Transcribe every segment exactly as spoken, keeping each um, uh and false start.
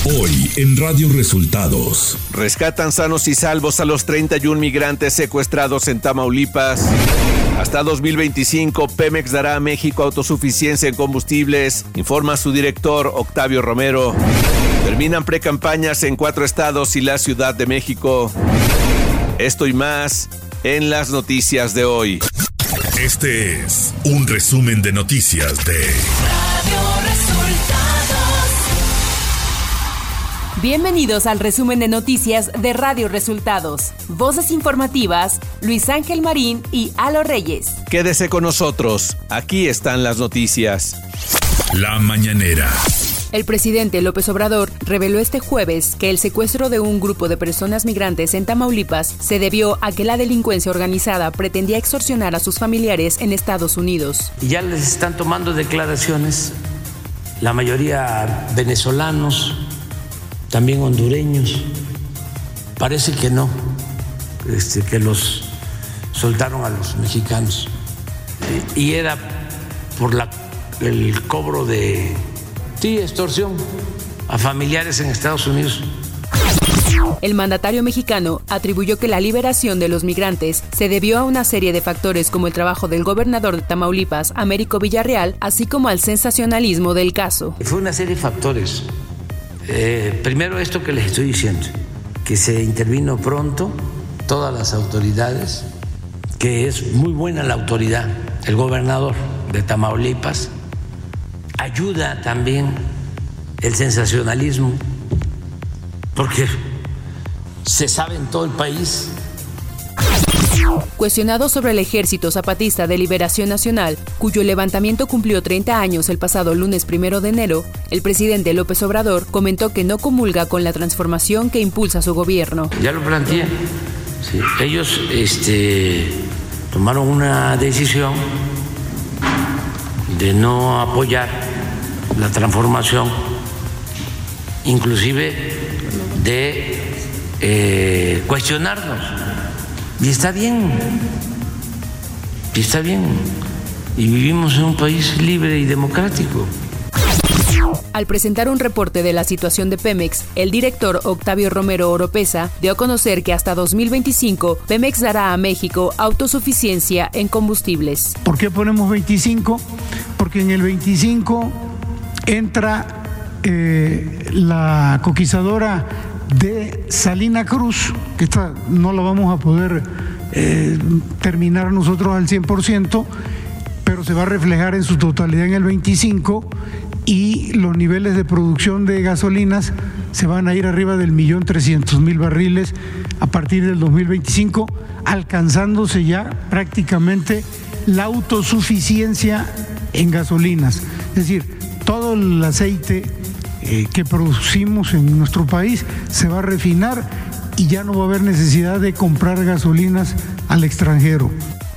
Hoy en Radio Resultados. Rescatan sanos y salvos a los treinta y un migrantes secuestrados en Tamaulipas. Hasta dos mil veinticinco, Pemex dará a México autosuficiencia en combustibles, informa su director Octavio Romero. Terminan precampañas en cuatro estados y la Ciudad de México. Esto y más en las noticias de hoy. Este es un resumen de noticias de Radio Resultados. Bienvenidos al resumen de noticias de Radio Resultados. Voces informativas, Luis Ángel Marín y Alo Reyes. Quédese con nosotros, aquí están las noticias. La mañanera. El presidente López Obrador reveló este jueves que el secuestro de un grupo de personas migrantes en Tamaulipas se debió a que la delincuencia organizada pretendía extorsionar a sus familiares en Estados Unidos. Ya les están tomando declaraciones, la mayoría venezolanos, también hondureños. Parece que no, este, que los soltaron a los mexicanos. Y era por la, el cobro de... Sí, extorsión a familiares en Estados Unidos. El mandatario mexicano atribuyó que la liberación de los migrantes se debió a una serie de factores como el trabajo del gobernador de Tamaulipas, Américo Villarreal, así como al sensacionalismo del caso. Fue una serie de factores. Eh, primero esto que les estoy diciendo, que se intervino pronto, todas las autoridades, que es muy buena la autoridad, el gobernador de Tamaulipas. Ayuda también el sensacionalismo, porque se sabe en todo el país. Cuestionado sobre el Ejército Zapatista de Liberación Nacional, cuyo levantamiento cumplió treinta años el pasado lunes primero de enero, el presidente López Obrador comentó que no comulga con la transformación que impulsa su gobierno. Ya lo planteé. Sí. Ellos este, tomaron una decisión de no apoyar la transformación, inclusive de eh, cuestionarnos. Y está bien, y está bien. Y vivimos en un país libre y democrático. Al presentar un reporte de la situación de Pemex, el director Octavio Romero Oropesa dio a conocer que hasta dos mil veinticinco Pemex dará a México autosuficiencia en combustibles. ¿Por qué ponemos veinticinco? Porque en el veinticinco entra eh, la coquizadora de Salina Cruz, que esta no la vamos a poder eh, terminar nosotros al cien por ciento, pero se va a reflejar en su totalidad en el veinticinco. Y los niveles de producción de gasolinas se van a ir arriba del millón trescientos mil barriles a partir del dos mil veinticinco, alcanzándose ya prácticamente la autosuficiencia en gasolinas. Es decir, todo el aceite eh, que producimos en nuestro país se va a refinar y ya no va a haber necesidad de comprar gasolinas al extranjero.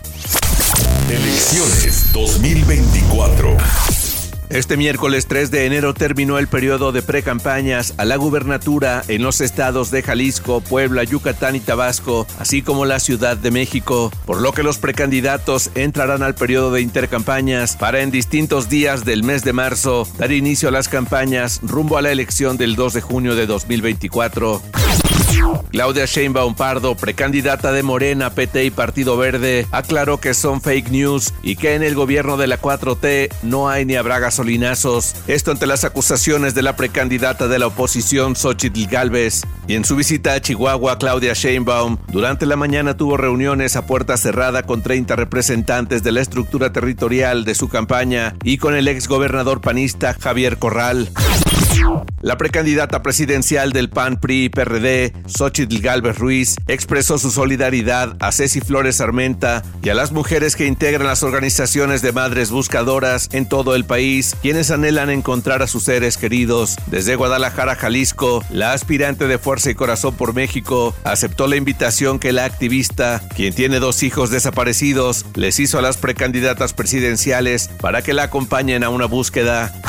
Elecciones dos mil veinticuatro. Este miércoles tres de enero terminó el periodo de precampañas a la gubernatura en los estados de Jalisco, Puebla, Yucatán y Tabasco, así como la Ciudad de México, por lo que los precandidatos entrarán al periodo de intercampañas para en distintos días del mes de marzo dar inicio a las campañas rumbo a la elección del dos de junio de dos mil veinticuatro. Claudia Sheinbaum Pardo, precandidata de Morena, P T y Partido Verde, aclaró que son fake news y que en el gobierno de la cuatro T no hay ni habrá gasolinazos. Esto ante las acusaciones de la precandidata de la oposición, Xóchitl Gálvez. Y en su visita a Chihuahua, Claudia Sheinbaum, durante la mañana tuvo reuniones a puerta cerrada con treinta representantes de la estructura territorial de su campaña y con el exgobernador panista Javier Corral. La precandidata presidencial del P A N, P R I y P R D, Xóchitl Gálvez Ruiz, expresó su solidaridad a Ceci Flores Armenta y a las mujeres que integran las organizaciones de madres buscadoras en todo el país, quienes anhelan encontrar a sus seres queridos. Desde Guadalajara, Jalisco, la aspirante de Fuerza y Corazón por México aceptó la invitación que la activista, quien tiene dos hijos desaparecidos, les hizo a las precandidatas presidenciales para que la acompañen a una búsqueda.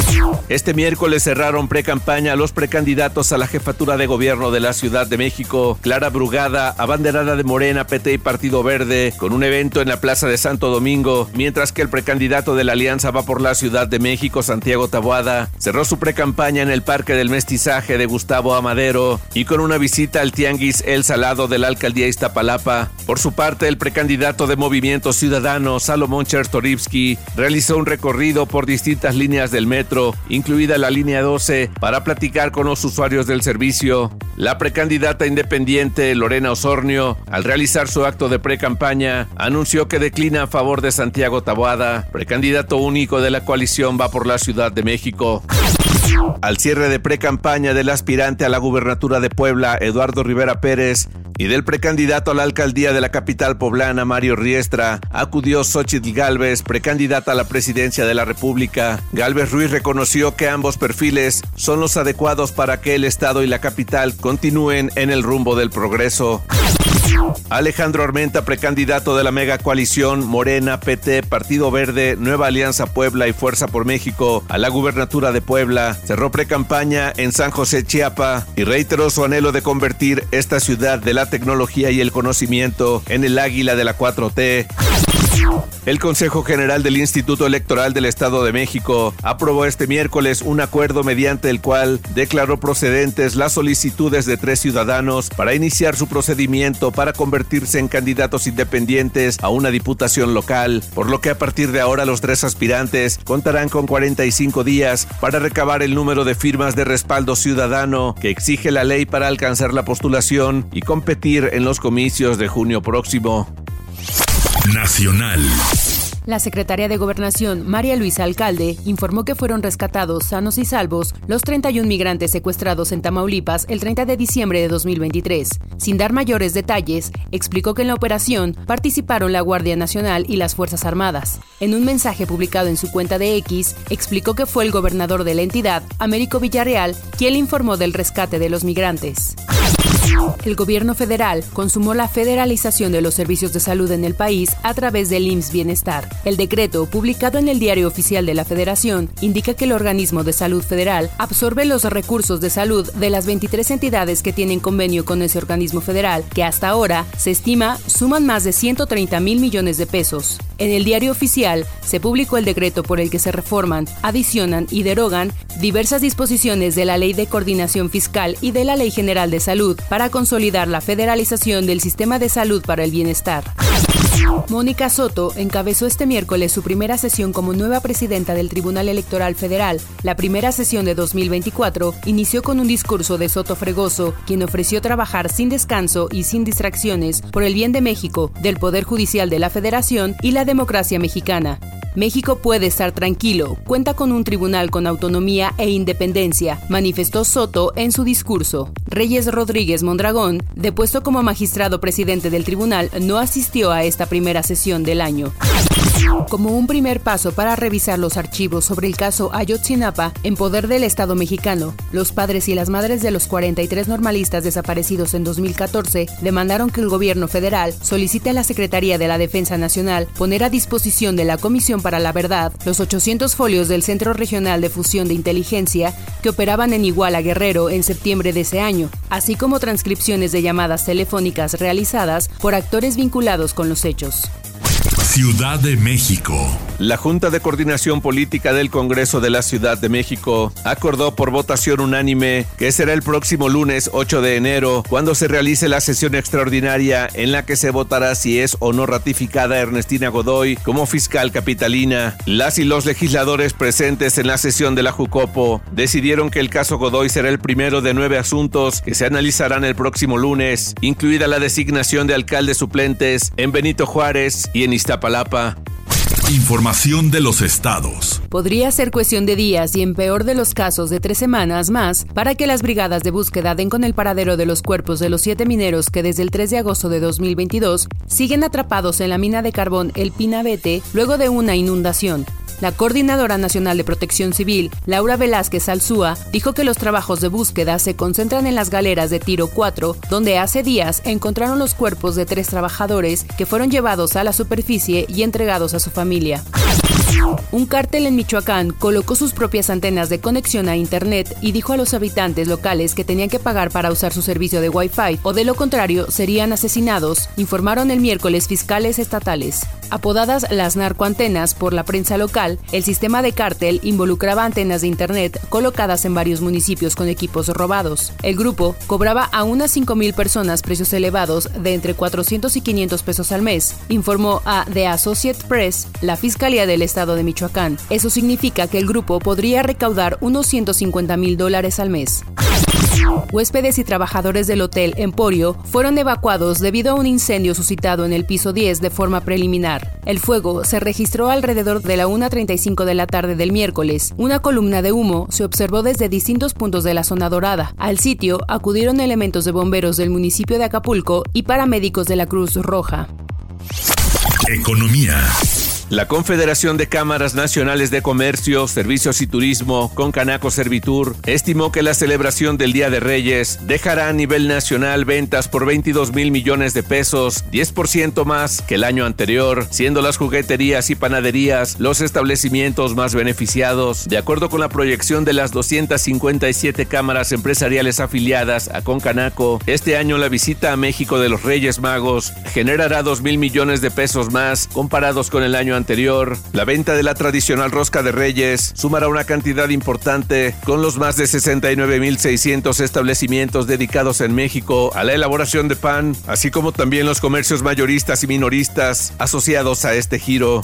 Este miércoles cerraron precampaña los precandidatos a la jefatura de gobierno de la Ciudad de México, Clara Brugada, abanderada de Morena, P T y Partido Verde, con un evento en la Plaza de Santo Domingo, mientras que el precandidato de la Alianza Va por la Ciudad de México, Santiago Taboada, cerró su precampaña en el Parque del Mestizaje de Gustavo Amadero y con una visita al Tianguis El Salado de la Alcaldía Iztapalapa. Por su parte, el precandidato de Movimiento Ciudadano, Salomón Chertorivsky, realizó un recorrido por distintas líneas del metro, incluida la línea doce, para platicar con los usuarios del servicio. La precandidata independiente Lorena Osornio, al realizar su acto de precampaña, anunció que declina a favor de Santiago Taboada, precandidato único de la coalición Va por la Ciudad de México. Al cierre de precampaña del aspirante a la gubernatura de Puebla, Eduardo Rivera Pérez, y del precandidato a la alcaldía de la capital poblana, Mario Riestra, acudió Xóchitl Gálvez, precandidata a la presidencia de la República. Gálvez Ruiz reconoció que ambos perfiles son los adecuados para que el Estado y la capital continúen en el rumbo del progreso. Alejandro Armenta, precandidato de la mega coalición Morena, P T, Partido Verde, Nueva Alianza Puebla y Fuerza por México a la gubernatura de Puebla, cerró precampaña en San José, Chiapa, y reiteró su anhelo de convertir esta ciudad de la tecnología y el conocimiento en el águila de la cuatro T. El Consejo General del Instituto Electoral del Estado de México aprobó este miércoles un acuerdo mediante el cual declaró procedentes las solicitudes de tres ciudadanos para iniciar su procedimiento para convertirse en candidatos independientes a una diputación local, por lo que a partir de ahora los tres aspirantes contarán con cuarenta y cinco días para recabar el número de firmas de respaldo ciudadano que exige la ley para alcanzar la postulación y competir en los comicios de junio próximo. Nacional. La secretaria de Gobernación, María Luisa Alcalde, informó que fueron rescatados sanos y salvos los treinta y un migrantes secuestrados en Tamaulipas el treinta de diciembre de dos mil veintitrés. Sin dar mayores detalles, explicó que en la operación participaron la Guardia Nacional y las Fuerzas Armadas. En un mensaje publicado en su cuenta de X, explicó que fue el gobernador de la entidad, Américo Villarreal, quien le informó del rescate de los migrantes. El gobierno federal consumó la federalización de los servicios de salud en el país a través del I M S S Bienestar. El decreto, publicado en el Diario Oficial de la Federación, indica que el organismo de salud federal absorbe los recursos de salud de las veintitrés entidades que tienen convenio con ese organismo federal, que hasta ahora, se estima, suman más de ciento treinta mil millones de pesos. En el Diario Oficial se publicó el decreto por el que se reforman, adicionan y derogan diversas disposiciones de la Ley de Coordinación Fiscal y de la Ley General de Salud para consolidar la federalización del sistema de salud para el bienestar. Mónica Soto encabezó este miércoles su primera sesión como nueva presidenta del Tribunal Electoral Federal. La primera sesión de dos mil veinticuatro inició con un discurso de Soto Fregoso, quien ofreció trabajar sin descanso y sin distracciones por el bien de México, del Poder Judicial de la Federación y la democracia mexicana. México puede estar tranquilo, cuenta con un tribunal con autonomía e independencia, manifestó Soto en su discurso. Reyes Rodríguez Mondragón, depuesto como magistrado presidente del tribunal, no asistió a esta primera sesión del año. Como un primer paso para revisar los archivos sobre el caso Ayotzinapa en poder del Estado mexicano, los padres y las madres de los cuarenta y tres normalistas desaparecidos en dos mil catorce demandaron que el gobierno federal solicite a la Secretaría de la Defensa Nacional poner a disposición de la Comisión para la Verdad los ochocientos folios del Centro Regional de Fusión de Inteligencia que operaban en Iguala, Guerrero, en septiembre de ese año, así como transcripciones de llamadas telefónicas realizadas por actores vinculados con los hechos. Ciudad de México. La Junta de Coordinación Política del Congreso de la Ciudad de México acordó por votación unánime que será el próximo lunes ocho de enero cuando se realice la sesión extraordinaria en la que se votará si es o no ratificada Ernestina Godoy como fiscal capitalina. Las y los legisladores presentes en la sesión de la Jucopo decidieron que el caso Godoy será el primero de nueve asuntos que se analizarán el próximo lunes, incluida la designación de alcaldes suplentes en Benito Juárez y en Iztapalapa. Información de los estados. Podría ser cuestión de días y en peor de los casos de tres semanas más para que las brigadas de búsqueda den con el paradero de los cuerpos de los siete mineros que desde el tres de agosto de dos mil veintidós siguen atrapados en la mina de carbón El Pinabete luego de una inundación. La Coordinadora Nacional de Protección Civil, Laura Velázquez Alzúa, dijo que los trabajos de búsqueda se concentran en las galeras de Tiro cuatro, donde hace días encontraron los cuerpos de tres trabajadores que fueron llevados a la superficie y entregados a su familia. Un cártel en Michoacán colocó sus propias antenas de conexión a Internet y dijo a los habitantes locales que tenían que pagar para usar su servicio de Wi-Fi o de lo contrario serían asesinados, informaron el miércoles fiscales estatales. Apodadas las narcoantenas por la prensa local, el sistema de cártel involucraba antenas de Internet colocadas en varios municipios con equipos robados. El grupo cobraba a unas cinco mil personas precios elevados de entre cuatrocientos y quinientos pesos al mes, informó a The Associated Press la Fiscalía del Estado de Michoacán. Eso significa que el grupo podría recaudar unos ciento cincuenta mil dólares al mes. Huéspedes y trabajadores del Hotel Emporio fueron evacuados debido a un incendio suscitado en el piso diez de forma preliminar. El fuego se registró alrededor de la una treinta y cinco de la tarde del miércoles. Una columna de humo se observó desde distintos puntos de la zona dorada. Al sitio acudieron elementos de bomberos del municipio de Acapulco y paramédicos de la Cruz Roja. Economía. La Confederación de Cámaras Nacionales de Comercio, Servicios y Turismo, Concanaco Servitur, estimó que la celebración del Día de Reyes dejará a nivel nacional ventas por veintidós mil millones de pesos, diez por ciento más que el año anterior, siendo las jugueterías y panaderías los establecimientos más beneficiados. De acuerdo con la proyección de las doscientas cincuenta y siete cámaras empresariales afiliadas a Concanaco, este año la visita a México de los Reyes Magos generará dos mil millones de pesos más comparados con el año anterior. La venta de la tradicional rosca de Reyes sumará una cantidad importante con los más de sesenta y nueve mil seiscientos establecimientos dedicados en México a la elaboración de pan, así como también los comercios mayoristas y minoristas asociados a este giro.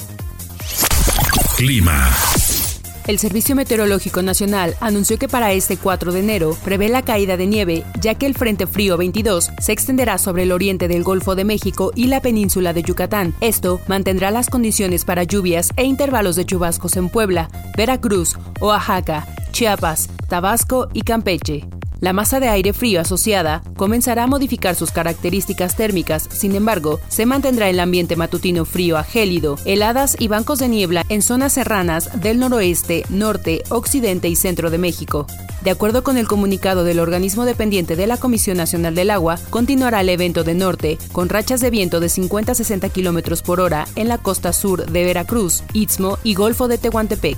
Clima. El Servicio Meteorológico Nacional anunció que para este cuatro de enero prevé la caída de nieve, ya que el Frente Frío veintidós se extenderá sobre el oriente del Golfo de México y la península de Yucatán. Esto mantendrá las condiciones para lluvias e intervalos de chubascos en Puebla, Veracruz, Oaxaca, Chiapas, Tabasco y Campeche. La masa de aire frío asociada comenzará a modificar sus características térmicas, sin embargo, se mantendrá el ambiente matutino frío a gélido, heladas y bancos de niebla en zonas serranas del noroeste, norte, occidente y centro de México. De acuerdo con el comunicado del organismo dependiente de la Comisión Nacional del Agua, continuará el evento de norte, con rachas de viento de cincuenta a sesenta kilómetros por hora en la costa sur de Veracruz, Istmo y Golfo de Tehuantepec.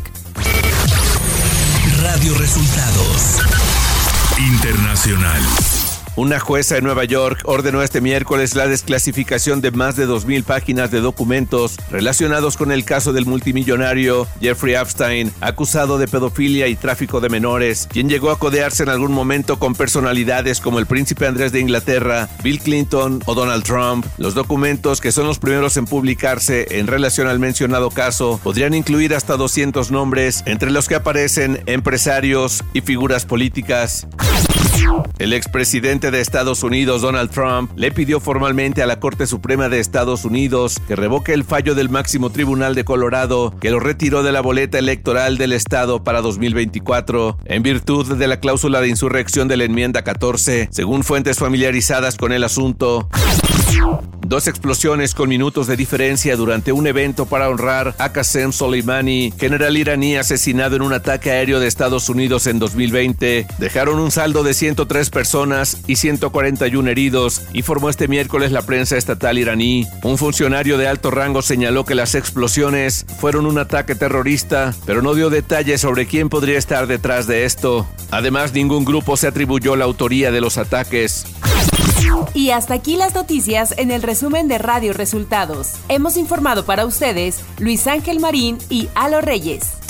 Radio Resultados Internacional. Una jueza en Nueva York ordenó este miércoles la desclasificación de más de dos mil páginas de documentos relacionados con el caso del multimillonario Jeffrey Epstein, acusado de pedofilia y tráfico de menores, quien llegó a codearse en algún momento con personalidades como el príncipe Andrés de Inglaterra, Bill Clinton o Donald Trump. Los documentos, que son los primeros en publicarse en relación al mencionado caso, podrían incluir hasta doscientos nombres, entre los que aparecen empresarios y figuras políticas. El expresidente de Estados Unidos, Donald Trump, le pidió formalmente a la Corte Suprema de Estados Unidos que revoque el fallo del máximo tribunal de Colorado que lo retiró de la boleta electoral del estado para dos mil veinticuatro, en virtud de la cláusula de insurrección de la enmienda catorce, según fuentes familiarizadas con el asunto. Dos explosiones con minutos de diferencia durante un evento para honrar a Qasem Soleimani, general iraní asesinado en un ataque aéreo de Estados Unidos en dos mil veinte, dejaron un saldo de ciento tres personas y ciento cuarenta y uno heridos, informó este miércoles la prensa estatal iraní. Un funcionario de alto rango señaló que las explosiones fueron un ataque terrorista, pero no dio detalles sobre quién podría estar detrás de esto. Además, ningún grupo se atribuyó la autoría de los ataques. Y hasta aquí las noticias en el resumen de Radio Resultados. Hemos informado para ustedes Luis Ángel Marín y Alo Reyes.